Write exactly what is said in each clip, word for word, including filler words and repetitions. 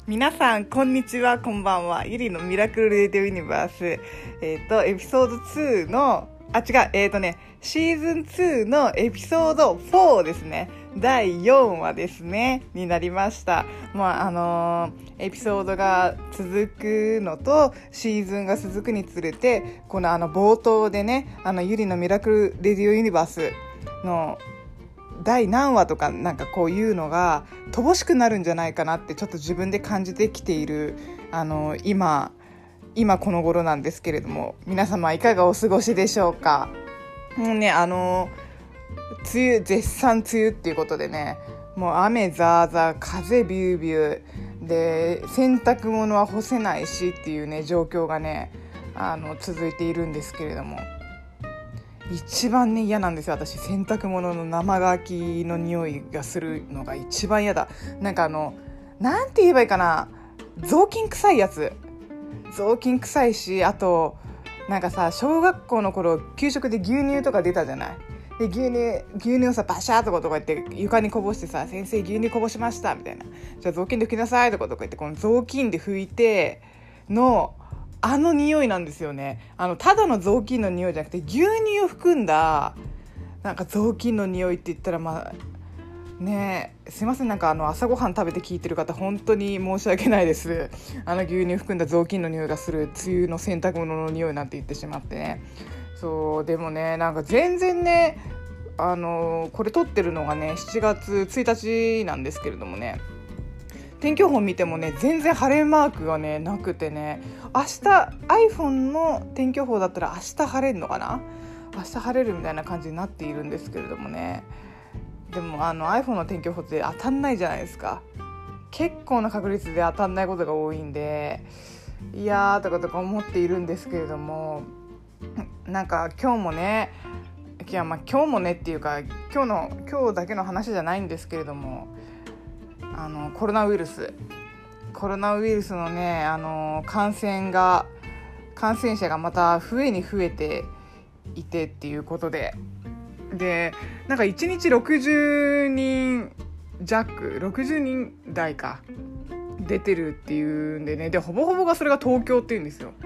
皆さんこんにちは、こんばんは。ゆりのミラクルレディオユニバース、えっ、ー、とエピソードツーのあ違うえっ、ー、とねシーズンツーのエピソードフォーですね。だいよんわですねになりました。まああのー、エピソードが続くのとシーズンが続くにつれて、このあの冒頭でね、あのゆりのミラクルレディオユニバースの第何話とかなんかこういうのが乏しくなるんじゃないかなってちょっと自分で感じてきているあの今今この頃なんですけれども、皆様いかがお過ごしでしょうか。もうねあの梅雨絶賛梅雨っていうことでね、もう雨ザーザー風ビュービューで洗濯物は干せないしっていうね状況がねあの続いているんですけれども、一番ね嫌なんですよ。私洗濯物の生乾きの匂いがするのが一番嫌だ。なんかあのなんて言えばいいかな、雑巾臭いやつ雑巾臭いし、あとなんかさ、小学校の頃給食で牛乳とか出たじゃない。で牛乳牛乳をさバシャーとかとか言って床にこぼしてさ、先生牛乳こぼしましたみたいな、じゃあ雑巾で拭きなさいとかとか言って、この雑巾で拭いてのあの匂いなんですよね。あのただの雑巾の匂いじゃなくて牛乳を含んだなんか雑巾の匂いって言ったら、まあねえすいません、なんかあの朝ごはん食べて聞いてる方本当に申し訳ないです。あの牛乳含んだ雑巾の匂いがする梅雨の洗濯物の匂いなんて言ってしまってね。そうでもね、なんか全然ねあのこれ撮ってるのがねしちがつついたちなんですけれどもね、天気予報見てもね全然晴れマークがねなくてね、明日 iPhone の天気予報だったら明日晴れるのかな、明日晴れるみたいな感じになっているんですけれどもね。でもあの iPhone の天気予報って当たんないじゃないですか。結構な確率で当たんないことが多いんで、いやーとかとか思っているんですけれども、なんか今日もねいやまあ今日もねっていうか今日の今日だけの話じゃないんですけれども、あのコロナウイルスコロナウイルスのねあの感染が感染者がまた増えに増えていてっていうことで、でなんかいちにちろくじゅうにん弱ろくじゅうにん台か出てるっていうんでね、でほぼほぼがそれが東京っていうんですよ。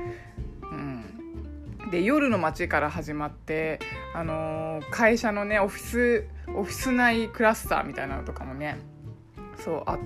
で夜の街から始まって、あのー、会社のねオフィスオフィス内クラスターみたいなのとかもねそうあって、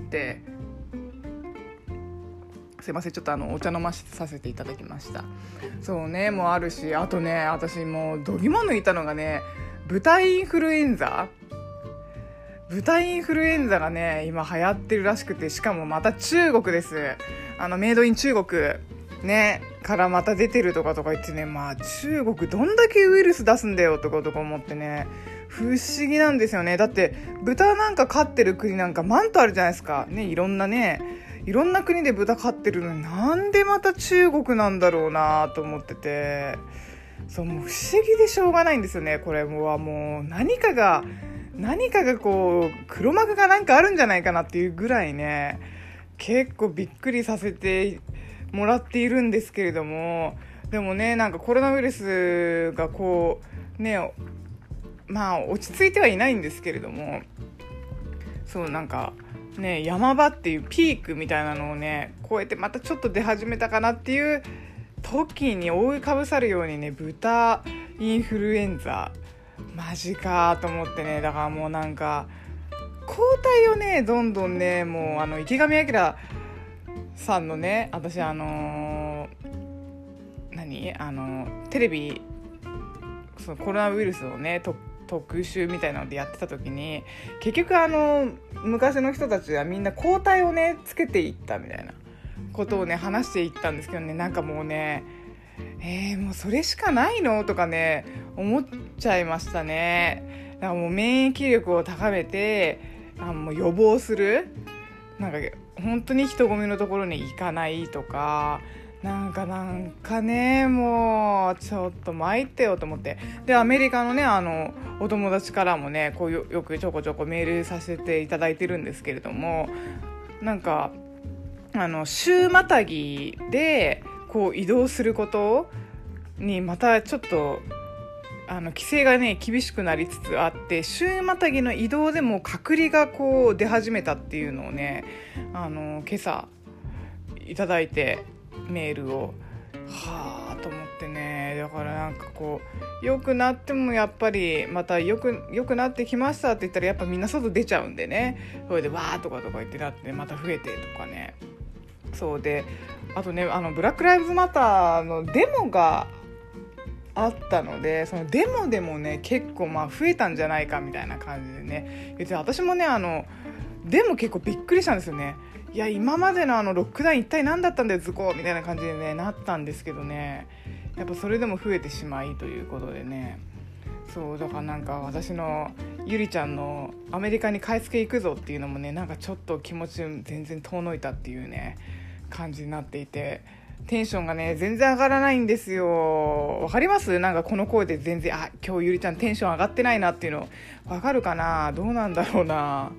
すいませんちょっとあのお茶飲まさせていただきました。そうねもうあるし、あとね私もうどぎも抜いたのがね豚インフルエンザ豚インフルエンザがね今流行ってるらしくて、しかもまた中国です。あのメイドイン中国ねからまた出てるとかとか言ってね、まあ中国どんだけウイルス出すんだよとかとか思ってね、不思議なんですよね。だって豚なんか飼ってる国なんかマントあるじゃないですかね、いろんなねいろんな国で豚飼ってるのになんでまた中国なんだろうなと思ってて、そうもう不思議でしょうがないんですよね。これはもう何かが何かがこう黒幕がなんかあるんじゃないかなっていうぐらいね結構びっくりさせてもらっているんですけれども、でもねなんかコロナウイルスがこうねまあ落ち着いてはいないんですけれども、そうなんかね山場っていうピークみたいなのをね超えてまたちょっと出始めたかなっていう時に覆いかぶさるようにね豚インフルエンザマジかと思ってね、だからもうなんか抗体をねどんどんねもうあの池上彰さんのね私あのー、何あのテレビそのコロナウイルスをねと特集みたいなのでやってた時に、結局あの昔の人たちはみんな抗体をねつけていったみたいなことをね話していったんですけどね、なんかもうねえー、もうそれしかないのとかね思っちゃいましたね。だからもう免疫力を高めてあもう予防する、なんか本当に人混みのところに行かないとか、なんかなんかねもうちょっと参ってよと思って、でアメリカのねあのお友達からもねこう よ, よくちょこちょこメールさせていただいてるんですけれども、なんかあの週またぎでこう移動することにまたちょっとあの規制がね厳しくなりつつあって、週またぎの移動でも隔離がこう出始めたっていうのをねあの今朝いただいてメールをはあと思ってね。だからなんかこう良くなってもやっぱりまた良く良くなってきましたって言ったらやっぱみんな外出ちゃうんでね、それでわーとかとか言ってなってまた増えてとかね。そうであとねあのブラックライブズマターのデモがあったので、そのデモでもね結構まあ増えたんじゃないかみたいな感じでね言って、私もねあのデモ結構びっくりしたんですよね。いや今までのあのロックダウン一体何だったんだよズコみたいな感じでねなったんですけどね、やっぱそれでも増えてしまいということでね。そうだからなんか私のゆりちゃんのアメリカに買い付け行くぞっていうのもねなんかちょっと気持ち全然遠のいたっていうね感じになっていて、テンションがね全然上がらないんですよ。わかります？なんかこの声で全然あ今日ゆりちゃんテンション上がってないなっていうのわかるかな？どうなんだろうな。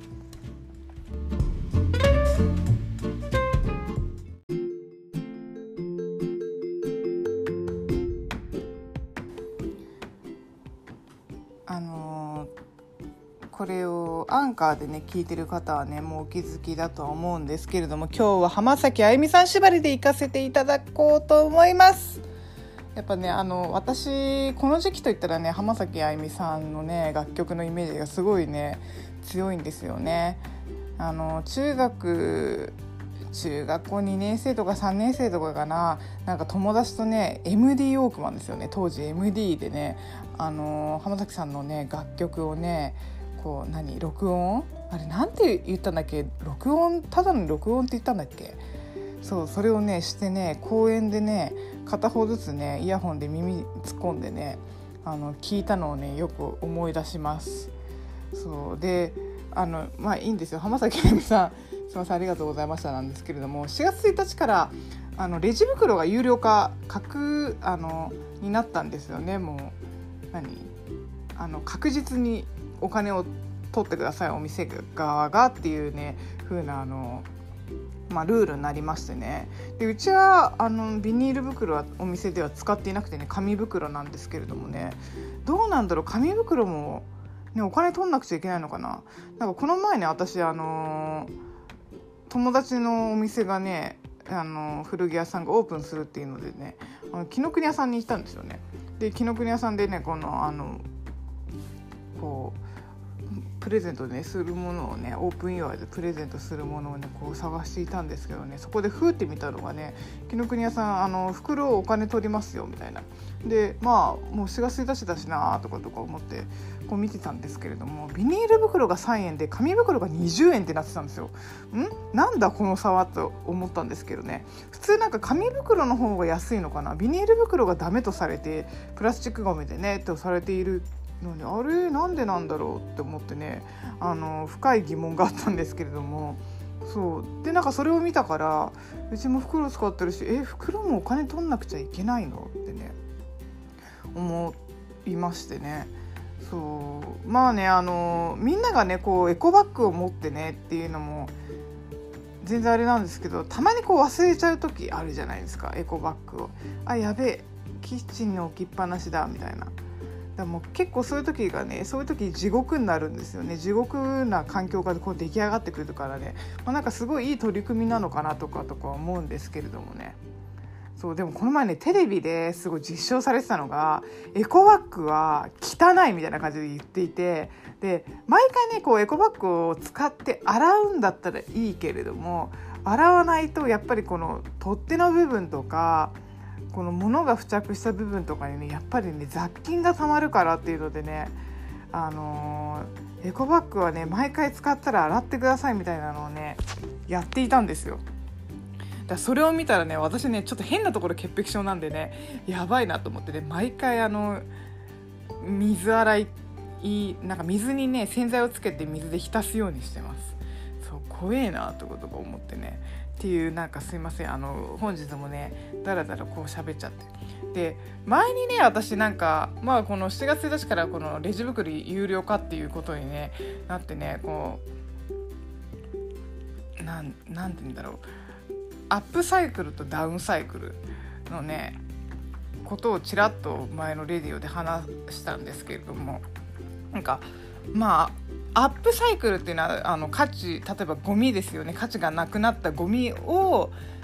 あのー、これをアンカーでね聞いてる方はねもうお気づきだとは思うんですけれども、今日は浜崎あゆみさん縛りで行かせていただこうと思います。やっぱねあの私この時期といったらね浜崎あゆみさんのね楽曲のイメージがすごいね強いんですよね。あの中学中学校にねん生とかさんねん生とかかな、なんか友達とね エムディー ウォークマンですよね、当時 エムディー でねあの浜崎さんのね楽曲をねこう何録音あれなんて言ったんだっけ、録音ただの録音って言ったんだっけ。そうそれをねしてね公園でね片方ずつねイヤホンで耳突っ込んでねあの聞いたのをねよく思い出します。そうであのまあいいんですよ、浜崎あゆみさんすいませんありがとうございましたなんですけれども、しがつついたちからあのレジ袋が有料化確あのになったんですよね。もう何あの確実にお金を取ってくださいお店側がっていうね風なあのまあ、ルールになりましてね。でうちはあのビニール袋はお店では使っていなくてね紙袋なんですけれどもね、どうなんだろう紙袋も、ね、お金取んなくちゃいけないのかな。なんかこの前ね私あのー友達のお店がねあの古着屋さんがオープンするっていうのでねあの紀ノ国屋さんに行ったんですよね。で紀ノ国屋さんでねこのあのこうプレゼントねするものをねオープンイヤーでプレゼントするものをねこう探していたんですけどね、そこでふーって見たのがね紀ノ国屋さんあの袋お金取りますよみたいなで、まあもうしがつついたちだしなとかとか思ってこう見てたんですけれども、ビニール袋がさんえんで紙袋がにじゅうえんってなってたんですよ。んなんだこの差はと思ったんですけどね、普通なんか紙袋の方が安いのかな、ビニール袋がダメとされてプラスチックゴミでねとされているのにあれなんでなんだろうって思ってねあの深い疑問があったんですけれども、そうでなんかそれを見たからうちも袋使ってるしえ袋もお金取んなくちゃいけないのってね思いましてね。そうまあねあのみんながねこうエコバッグを持ってねっていうのも全然あれなんですけど、たまにこう忘れちゃう時あるじゃないですかエコバッグを。あやべえキッチンに置きっぱなしだみたいな。だもう結構そういう時がねそういう時地獄になるんですよね。地獄な環境がこう出来上がってくるからね、まあ、なんかすごいいい取り組みなのかなとかとか思うんですけれどもね。そうでもこの前ねテレビですごい実証されてたのがエコバッグは汚いみたいな感じで言っていて、で毎回ねこうエコバッグを使って洗うんだったらいいけれども洗わないとやっぱりこの取っ手の部分とかこの物が付着した部分とかにねやっぱりね雑菌がたまるからっていうのでねあのー、エコバッグはね毎回使ったら洗ってくださいみたいなのをねやっていたんですよ。だそれを見たらね私ねちょっと変なところ潔癖症なんでねやばいなと思ってね毎回あの水洗いなんか水にね洗剤をつけて水で浸すようにしてます。そう怖えなとかとか思ってねっていうなんかすいませんあの本日もねだらだらこう喋っちゃって、で前にね私なんかまあこのしちがつついたちからこのレジ袋有料化っていうことに、ね、なってねこうなんなんて言うんだろうアップサイクルとダウンサイクルのねことをちらっと前のレディオで話したんですけれども、なんかまあアップサイクルっていうのはあの価値例えばゴミですよね、価値がなくなったゴミを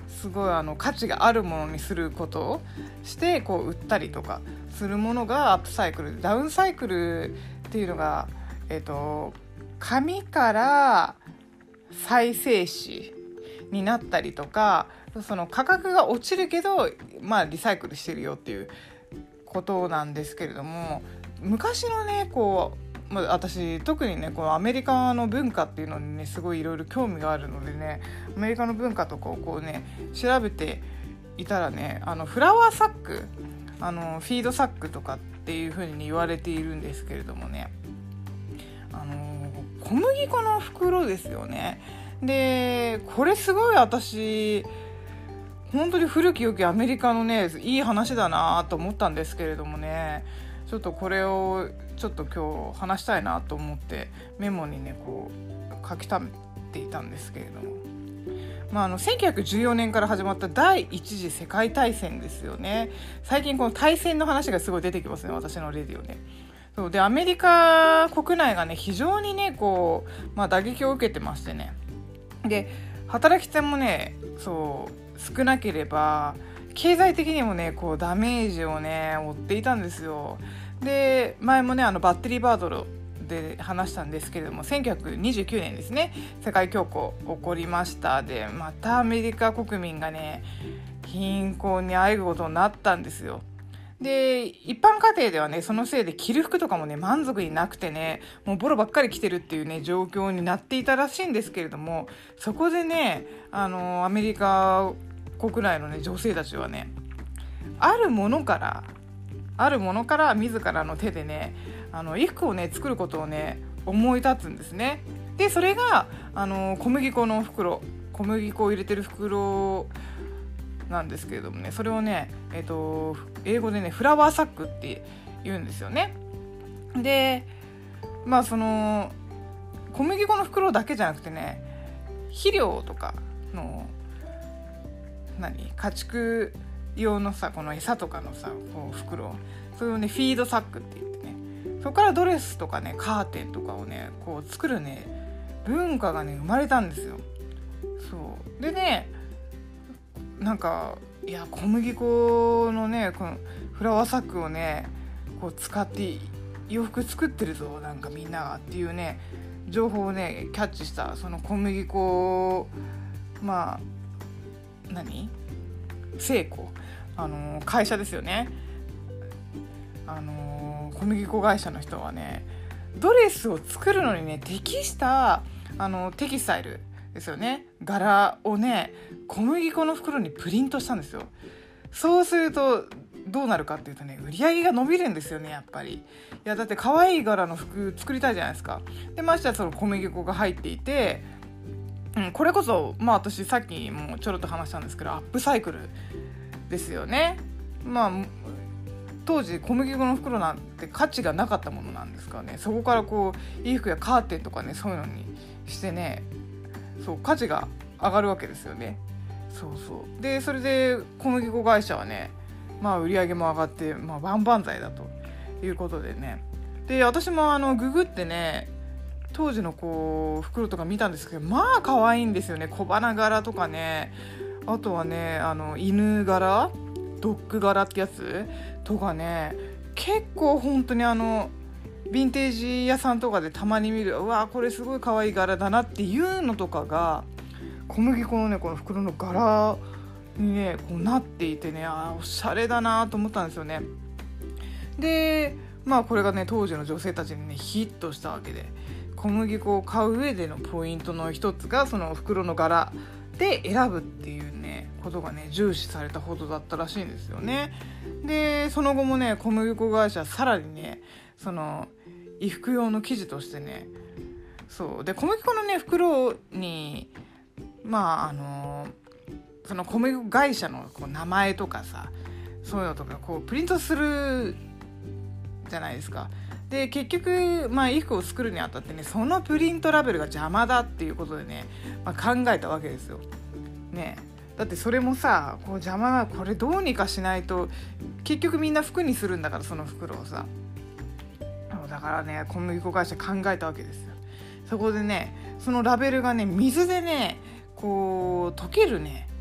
すごいあの価値があるものにすることをしてこう売ったりとかするものがアップサイクル、ダウンサイクルっていうのが、えーと、紙から再生紙になったりとか、その価格が落ちるけど、まあ、リサイクルしてるよっていうことなんですけれども、昔のねこう、まあ、私特にねこのアメリカの文化っていうのにねすごいいろいろ興味があるのでね、アメリカの文化とかをこうね調べていたらね、あのフラワーサック、あのフィードサックとかっていう風に言われているんですけれどもね、あの小麦粉の袋ですよね。でこれすごい私本当に古き良きアメリカのねいい話だなと思ったんですけれどもね、ちょっとこれをちょっと今日話したいなと思ってメモにねこう書き溜めていたんですけれども、まあ、あのせんきゅうひゃくじゅうよねんから始まった第一次世界大戦ですよね。最近この大戦の話がすごい出てきますね、私のレディオね。そうでアメリカ国内がね非常にねこう、まあ、打撃を受けてましてね、で働き手もねそう少なければ経済的にもねこうダメージをね負っていたんですよ。で前もねあのバッテリーバードルで話したんですけれども、せんきゅうひゃくにじゅうきゅうねんですね、世界恐慌起こりました。でまたアメリカ国民がね貧困にあえぐことになったんですよ。で一般家庭ではねそのせいで着る服とかもね満足になくてね、もうボロばっかり着てるっていうね状況になっていたらしいんですけれども、そこでねあのアメリカ国内のね女性たちはねあるものからあるものから自らの手でねあの衣服をね作ることをね思い立つんですね。でそれがあの小麦粉の袋、小麦粉を入れてる袋なんですけれどもね、それをね、えーと、英語でねフラワーサックって言うんですよね。でまあその小麦粉の袋だけじゃなくてね、肥料とかの何家畜用のさこの餌とかのさこう袋、それをねフィードサックって言ってね、そこからドレスとかねカーテンとかをねこう作るね文化がね生まれたんですよ。そうでねなんかいや小麦粉のねこのフラワーサックをねこう使って洋服作ってるぞなんかみんながっていうね情報をねキャッチしたその小麦粉まあ何セイコあのー、会社ですよね。あのー、小麦粉会社の人はねドレスを作るのにね適したあのテキスタイルですよね、柄をね小麦粉の袋にプリントしたんですよ。そうするとどうなるかっていうとね売り上げが伸びるんですよね、やっぱり。いやだって可愛い柄の服作りたいじゃないですか。でましてやその小麦粉が入っていて、うん、これこそまあ私さっきもちょろっと話したんですけどアップサイクルですよね。まあ当時小麦粉の袋なんて価値がなかったものなんですからね、そこからこう衣服やカーテンとかねそういうのにしてねそう価値が上がるわけですよね。そうそうでそれで小麦粉会社はねまあ売り上げも上がって、まあ、万々歳だということでね、で私もあのググってね当時のこう袋とか見たんですけど、まあ可愛いんですよね。小花柄とかね、あとはねあの犬柄ドッグ柄ってやつとかね、結構本当にあのヴィンテージ屋さんとかでたまに見る、うわこれすごい可愛い柄だなっていうのとかが小麦粉のねこの袋の柄にねこうなっていてね、あおしゃれだなと思ったんですよね。でまあこれがね当時の女性たちにねヒットしたわけで、小麦粉を買う上でのポイントの一つがその袋の柄で選ぶっていうねことがね重視されたほどだったらしいんですよね。でその後もね小麦粉会社はさらにねその衣服用の生地としてねそうで小麦粉のね袋にまああのその小麦粉会社のこう名前とかさそういうのとかこうプリントするじゃないですか。で結局、まあ、衣服を作るにあたってねそのプリントラベルが邪魔だっていうことでね、まあ、考えたわけですよ、ね、だってそれもさこう邪魔なこれどうにかしないと結局みんな服にするんだからその袋をさだからね小麦粉会社考えたわけですよ。そこでねそのラベルがね水でねこう溶けるね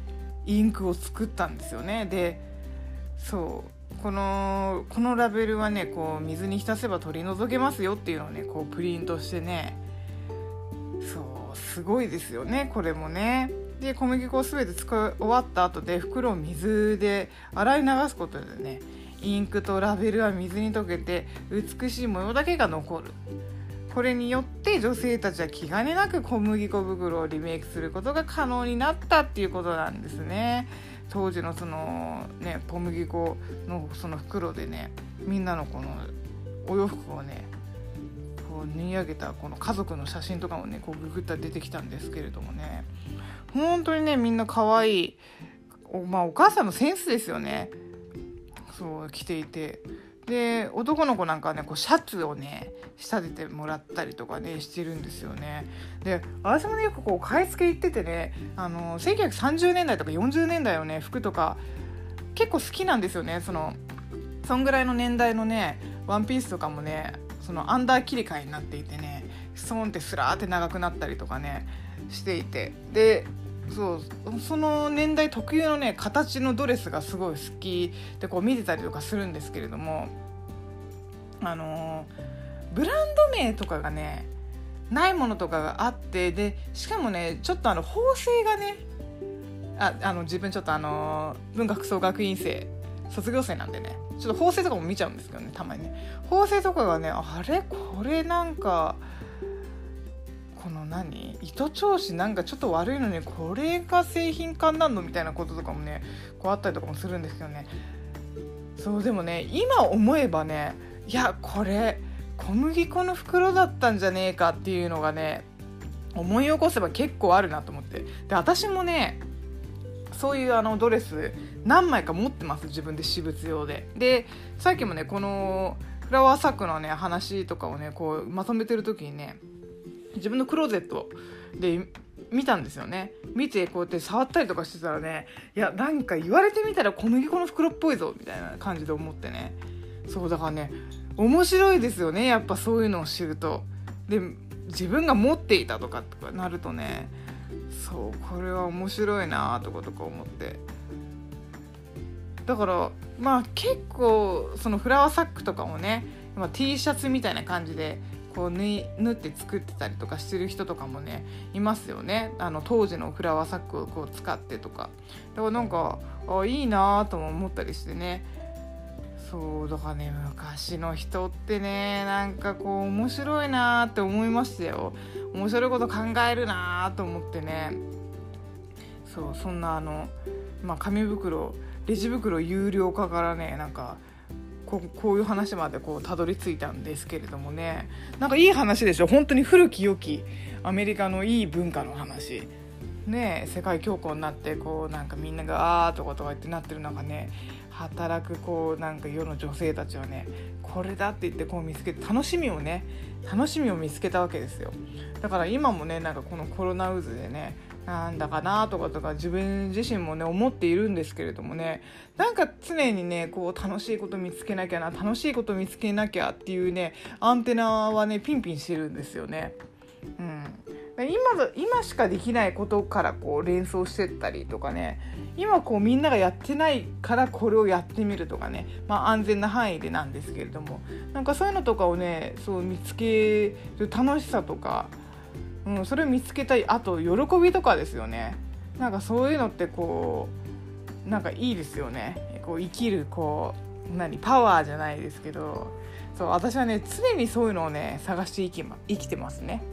インクを作ったんですよね。でそうこのこのラベルはねこう水に浸せば取り除けますよっていうのをねこうプリントしてね、そうすごいですよねこれもね。で小麦粉を全て使い終わった後で袋を水で洗い流すことでね、インクとラベルは水に溶けて美しい模様だけが残る。これによって女性たちは気兼ねなく小麦粉袋をリメイクすることが可能になったっていうことなんですね。当時のそのね小麦粉のその袋でね、みんなのこのお洋服をねこう縫い上げたこの家族の写真とかもねこうググったら出てきたんですけれどもね、本当にねみんな可愛い、お、まあ、お母さんのセンスですよね。そう着ていて、で男の子なんかはねこうシャツをね仕立ててもらったりとかねしてるんですよね。で私もねよくこう買い付け行っててね、あのせんきゅうひゃくさんじゅうねんだいとかよんじゅうねんだいのね服とか結構好きなんですよね。そのそんぐらいの年代のねワンピースとかもねそのアンダー切り替えになっていてね、ストーンってスラーって長くなったりとかねしていて、でそうその年代特有のね形のドレスがすごい好きでこう見てたりとかするんですけれども、あのブランド名とかがねないものとかがあって、でしかもねちょっとあの縫製がねああの自分ちょっとあの文学総学院生卒業生なんでねちょっと縫製とかも見ちゃうんですけどね、たまにね縫製とかがねあれこれなんかこの何糸調子なんかちょっと悪いのにこれが製品化になるのみたいなこととかもねこうあったりとかもするんですけどね。そうでもね今思えばね、いやこれ小麦粉の袋だったんじゃねえかっていうのがね思い起こせば結構あるなと思って、で私もねそういうあのドレス何枚か持ってます、自分で私物用で。でさっきもねこのフラワーサックのね話とかをねこうまとめてる時にね自分のクローゼットで見たんですよね。見てこうやって触ったりとかしてたらね、いやなんか言われてみたら小麦粉の袋っぽいぞみたいな感じで思ってね、そうだからね面白いですよねやっぱそういうのを知ると。で自分が持っていたとかとかなるとね、そうこれは面白いなとかとか思って、だからまあ結構そのフラワーサックとかもね、まあ、T シャツみたいな感じでこう 縫, 縫って作ってたりとかしてる人とかもねいますよね。あの当時のフラワーサックをこう使ってとか、だからなんかあいいなとも思ったりしてね。そうだからね昔の人ってねなんかこう面白いなって思いましたよ。面白いこと考えるなと思ってね。そうそんなあの、まあ、紙袋レジ袋有料化からねなんかこ う, こういう話までこうたどり着いたんですけれどもね、なんかいい話でしょ。本当に古き良きアメリカのいい文化の話ね。世界恐慌になってこうなんかみんながあーとかとか言ってなってる中ね、働くこうなんか世の女性たちはねこれだって言ってこう見つけて楽しみをね楽しみを見つけたわけですよ。だから今もねなんかこのコロナ渦でねなんだかなとかとか自分自身もね思っているんですけれどもね、なんか常にねこう楽しいこと見つけなきゃな楽しいこと見つけなきゃっていうねアンテナはねピンピンしてるんですよね。うん、今, 今しかできないことからこう連想してったりとかね、今こうみんながやってないからこれをやってみるとかね、まあ安全な範囲でなんですけれども、なんかそういうのとかをねそう見つける楽しさとか、うん、それを見つけたい、あと喜びとかですよね。なんかそういうのってこうなんかいいですよね。こう生きるこう何パワーじゃないですけど、そう私はね常にそういうのをね探して生き、ま、生きてますね。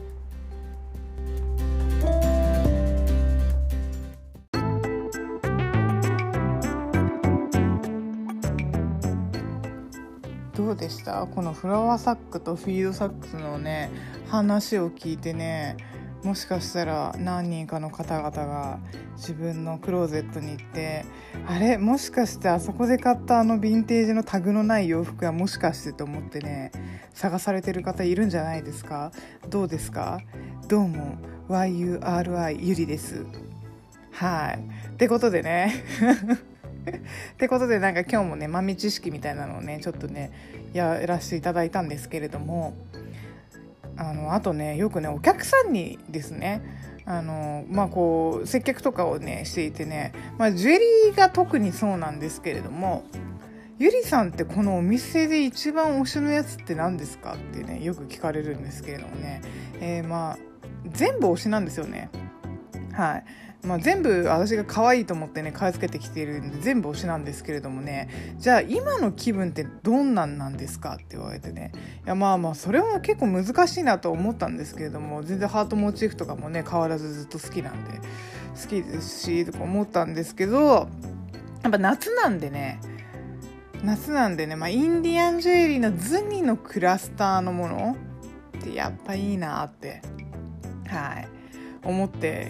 どうでしたこのフラワーサックとフィードサックスのね話を聞いてね、もしかしたら何人かの方々が自分のクローゼットに行って、あれもしかしてあそこで買ったあのヴィンテージのタグのない洋服はもしかしてと思ってね探されてる方いるんじゃないですか。どうですか。どうも ワイユーアールアイ ゆりです。はいってことでねってことでなんか今日もね豆知識みたいなのをねちょっとねやらせていただいたんですけれども、あのあとねよくねお客さんにですねあのまあこう接客とかをねしていてね、まあ、ジュエリーが特にそうなんですけれども、ゆりさんってこのお店で一番推しのやつって何ですかってねよく聞かれるんですけれどもね、えー、まあ全部推しなんですよね。はい、まあ、全部私が可愛いと思ってね買い付けてきているんで全部推しなんですけれどもね、じゃあ今の気分ってどんなんなんですかって言われてね、いやまあまあそれも結構難しいなと思ったんですけれども、全然ハートモチーフとかもね変わらずずっと好きなんで好きですしとか思ったんですけど、やっぱ夏なんでね夏なんでね、まあ、インディアンジュエリーのズニのクラスターのものってやっぱいいなってはい思って、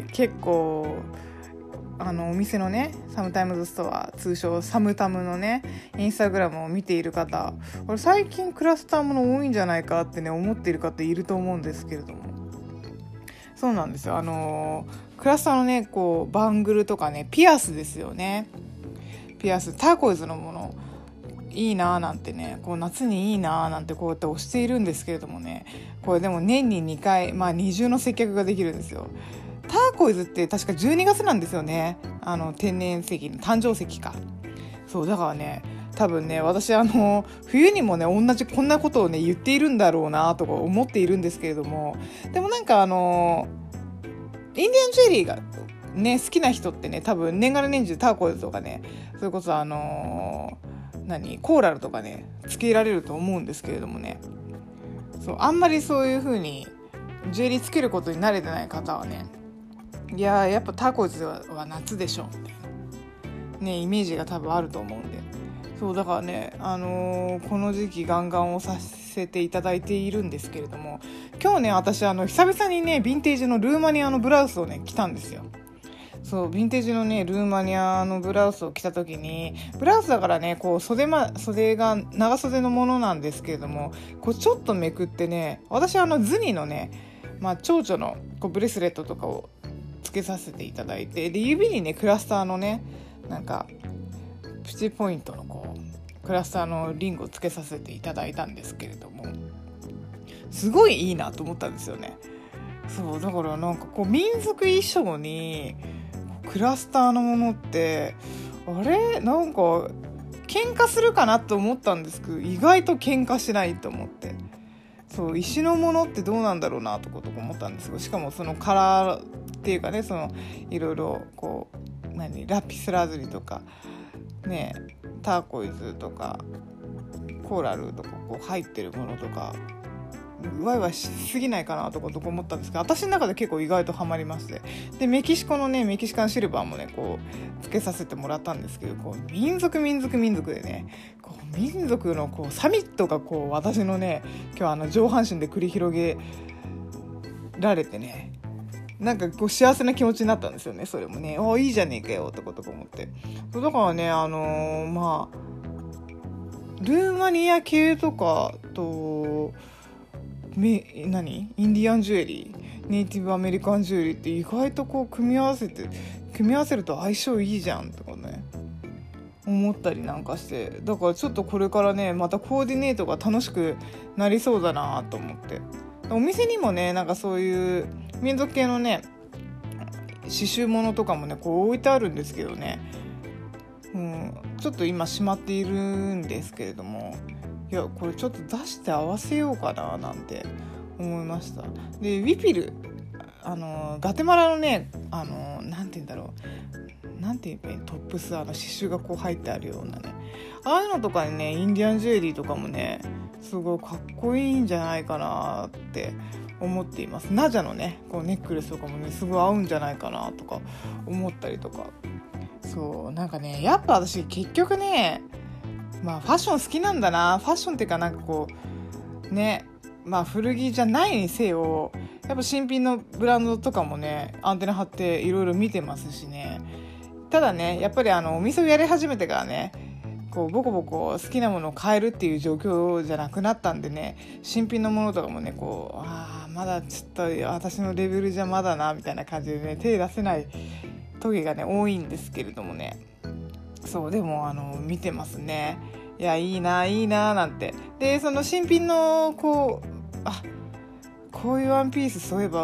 結構あのお店のねサムタイムズストア、通称サムタムのねインスタグラムを見ている方、これ最近クラスターもの多いんじゃないかってね思っている方いると思うんですけれども、そうなんですよ。あのクラスターのねこうバングルとかねピアスですよね。ピアスターコイズのものいいなーなんてね、こう夏にいいなーなんてこうやって推しているんですけれどもね、これでも年ににかい、まあ二重の接客ができるんですよ。ターコイズって確かじゅうにがつなんですよね。あの天然石の誕生石か。そうだからね、多分ね私あの冬にもね同じこんなことをね言っているんだろうなとか思っているんですけれども、でもなんかあのインディアンジュエリーがね好きな人ってね多分年がら年中ターコイズとかね、それこそあのー何コーラルとかねつけられると思うんですけれどもね、そうあんまりそういう風にジュエリーつけることに慣れてない方はね、いややっぱターコイズは夏でしょみたいなねイメージが多分あると思うんで、そうだからね、あのー、この時期ガンガンをさせていただいているんですけれども、今日ね私あの久々にねヴィンテージのルーマニアのブラウスをね着たんですよ。そうヴィンテージのねルーマニアのブラウスを着た時に、ブラウスだからねこう 袖,、ま、袖が長袖のものなんですけれども、こうちょっとめくってね、私あのズニのね、まあ、蝶々のこうブレスレットとかをつけさせていただいて、で指にねクラスターのねなんかプチポイントのこうクラスターのリングをつけさせていただいたんですけれども、すごいいいなと思ったんですよね。そうだからなんかこう民族衣装にクラスターのものってあれなんか喧嘩するかなと思ったんですけど、意外と喧嘩しないと思って、そう石のものってどうなんだろうなとか思ったんですけど、しかもそのカラーっていうかね、そのいろいろこう何ラピスラズリとかねターコイズとかコーラルとかこう入ってるものとかワイワイしすぎないかなとかとか思ったんですけど、私の中で結構意外とハマりまして、でメキシコのねメキシカンシルバーもねこうつけさせてもらったんですけど、こう民族民族民族でねこう民族のこうサミットがこう私のね今日あの上半身で繰り広げられてね、なんかこう幸せな気持ちになったんですよね。それもねあいいじゃねえかよとかとか思って、だからねあのー、まあルーマニア系とかとめ何インディアンジュエリー、ネイティブアメリカンジュエリーって意外とこう組み合わせて組み合わせると相性いいじゃんとかね思ったりなんかして、だからちょっとこれからねまたコーディネートが楽しくなりそうだなと思って、お店にもねなんかそういう民族系のね刺繍物とかもねこう置いてあるんですけどね、うん、ちょっと今しまっているんですけれども、いやこれちょっと出して合わせようかななんて思いました。でウィピルあのガテマラのねあのなんて言うんだろうなんて言うトップスあの刺繍がこう入ってあるようなね、ああいうのとかにねインディアンジュエリーとかもねすごいかっこいいんじゃないかなって思っています。ナジャのねこうネックレスとかもねすごい合うんじゃないかなとか思ったりとか、そうなんかねやっぱ私結局ねまあファッション好きなんだな、ファッションっていうかなんかこうねまあ古着じゃないにせよやっぱ新品のブランドとかもねアンテナ張っていろいろ見てますしね、ただねやっぱりあのお店をやり始めてからねこうボコボコ好きなものを買えるっていう状況じゃなくなったんでね、新品のものとかもねこうあまだちょっと私のレベルじゃまだなみたいな感じでね手出せない時がね多いんですけれどもね、そうでもあの見てますね。いやいいないいななんて、でその新品のこうあこういうワンピースそういえば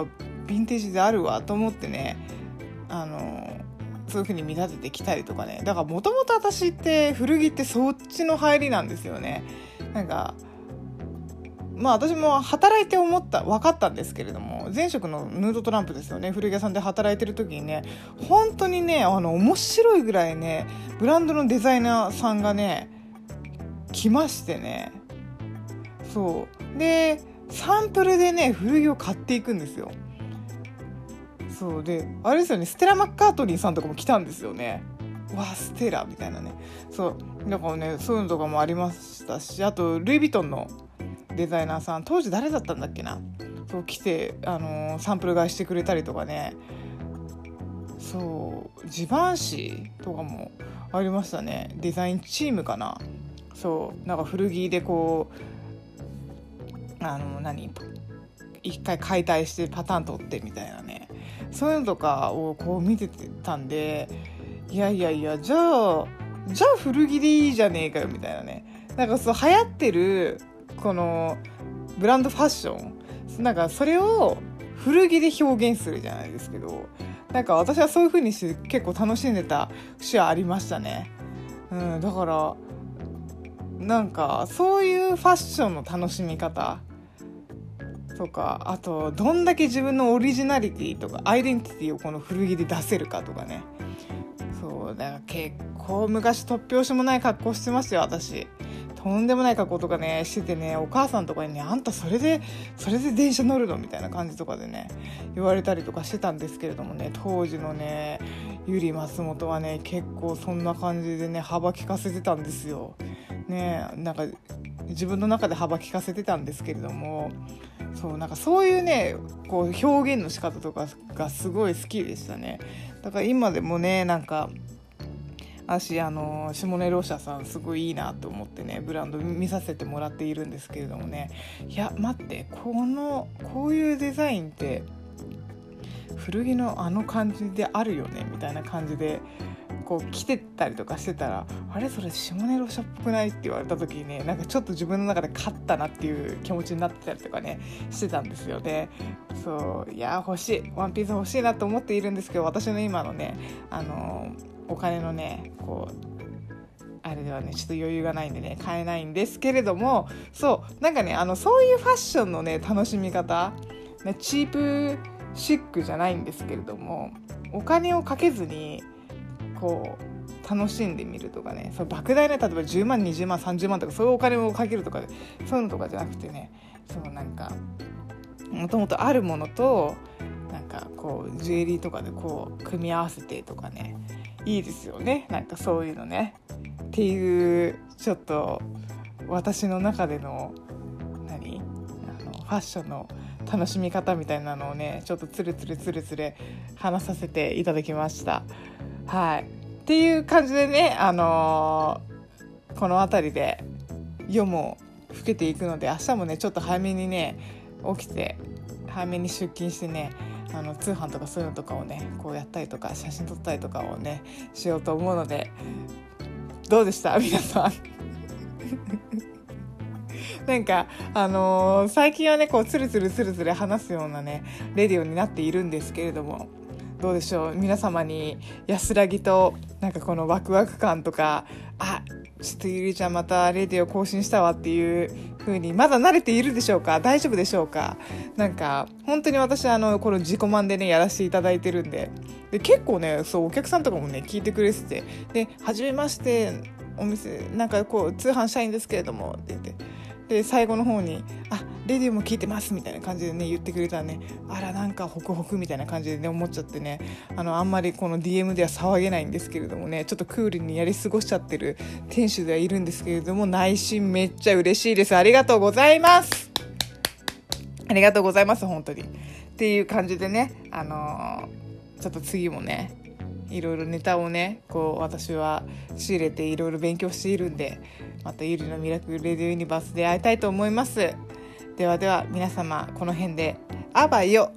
ヴィンテージであるわと思ってね、あのそういう風に見立ててきたりとかね。だからもともと私って古着ってそっちの入りなんですよね。なんかまあ私も働いて思った分かったんですけれども、前職のヌードトランプですよね、古着屋さんで働いてる時にね、本当にねあの面白いぐらいねブランドのデザイナーさんがね来ましてね、そうでサンプルでね古着を買っていくんですよ。そうであれですよね、ステラ・マッカートニーさんとかも来たんですよね。わあステラみたいなね。そうだからねそういうのとかもありましたし、あとルイ・ヴィトンのデザイナーさん、当時誰だったんだっけな、そう来て、あのー、サンプル買いしてくれたりとかね。そうジバンシーとかもありましたね。デザインチームかな。そうなんか古着でこうあの何一回解体してパターン取ってみたいなね、そういうのとかをこう見てたんで、いやいやいやじゃあじゃあ古着でいいじゃねえかよみたいなね。なんかそう流行ってるこのブランドファッション、なんかそれを古着で表現するじゃないですけど、なんか私はそういう風にして結構楽しんでた節はありましたね。うん、だからなんかそういうファッションの楽しみ方とか、あとどんだけ自分のオリジナリティとかアイデンティティをこの古着で出せるかとかね。そうだから結構昔突拍子もない格好してますよ私。とんでもない格好とかねしててね、お母さんとかにね、あんたそれでそれで電車乗るのみたいな感じとかでね言われたりとかしてたんですけれどもね、当時のねゆり松本はね結構そんな感じでね幅利かせてたんですよね。なんか自分の中で幅利かせてたんですけれども、そうなんかそういうねこう表現の仕方とかがすごい好きでしたね。だから今でもねなんか私あの下根ローシャさんすごいいいなと思ってねブランド見させてもらっているんですけれどもね、いや待ってこのこういうデザインって古着のあの感じであるよねみたいな感じでこう着てたりとかしてたら、あれそれ下根ローシャっぽくないって言われた時にね、なんかちょっと自分の中で勝ったなっていう気持ちになってたりとかねしてたんですよね。そういや欲しいワンピース欲しいなと思っているんですけど、私の今のねあのお金のねこうあれではねちょっと余裕がないんでね買えないんですけれども、そうなんかねあのそういうファッションのね楽しみ方、ね、チープシックじゃないんですけれども、お金をかけずにこう楽しんでみるとかね、そう莫大な例えばじゅうまんにじゅうまんさんじゅうまんとかそういうお金をかけるとかそういうのとかじゃなくてね、そうなんかもともとあるものとなんかこうジュエリーとかでこう組み合わせてとかねいいですよね。なんかそういうのねっていうちょっと私の中での何あのファッションの楽しみ方みたいなのをねちょっとつるつるつるつる話させていただきました。はいっていう感じでね、あのー、この辺りで夜も更けていくので明日もねちょっと早めにね起きて早めに出勤してねあの通販とかそういうのとかをねこうやったりとか写真撮ったりとかをねしようと思うので、どうでした皆さんなんかあのー、最近はねこうつるつるつるつる話すようなねレディオになっているんですけれども、どうでしょう皆様に安らぎとなんかこのワクワク感とか、あちょっとゆりちゃんまたレディオ更新したわっていう風にまだ慣れているでしょうか、大丈夫でしょうか。なんか本当に私あのこの自己満でねやらせていただいてるんで、で結構ねそうお客さんとかもね聞いてくれてて、で初めましてお店なんかこう通販したいんですけれどもって言って、で最後の方にあレディオも聞いてますみたいな感じでね言ってくれたらね、あらなんかホクホクみたいな感じでね思っちゃってね、あのあんまりこの ディーエム では騒げないんですけれどもね、ちょっとクールにやり過ごしちゃってる店主ではいるんですけれども、内心めっちゃ嬉しいです。ありがとうございますありがとうございます本当にっていう感じでね、あのー、ちょっと次もねいろいろネタをねこう私は仕入れていろいろ勉強しているんで、またゆりのミラクルレディオユニバースで会いたいと思います。ではでは皆様この辺でアバよ。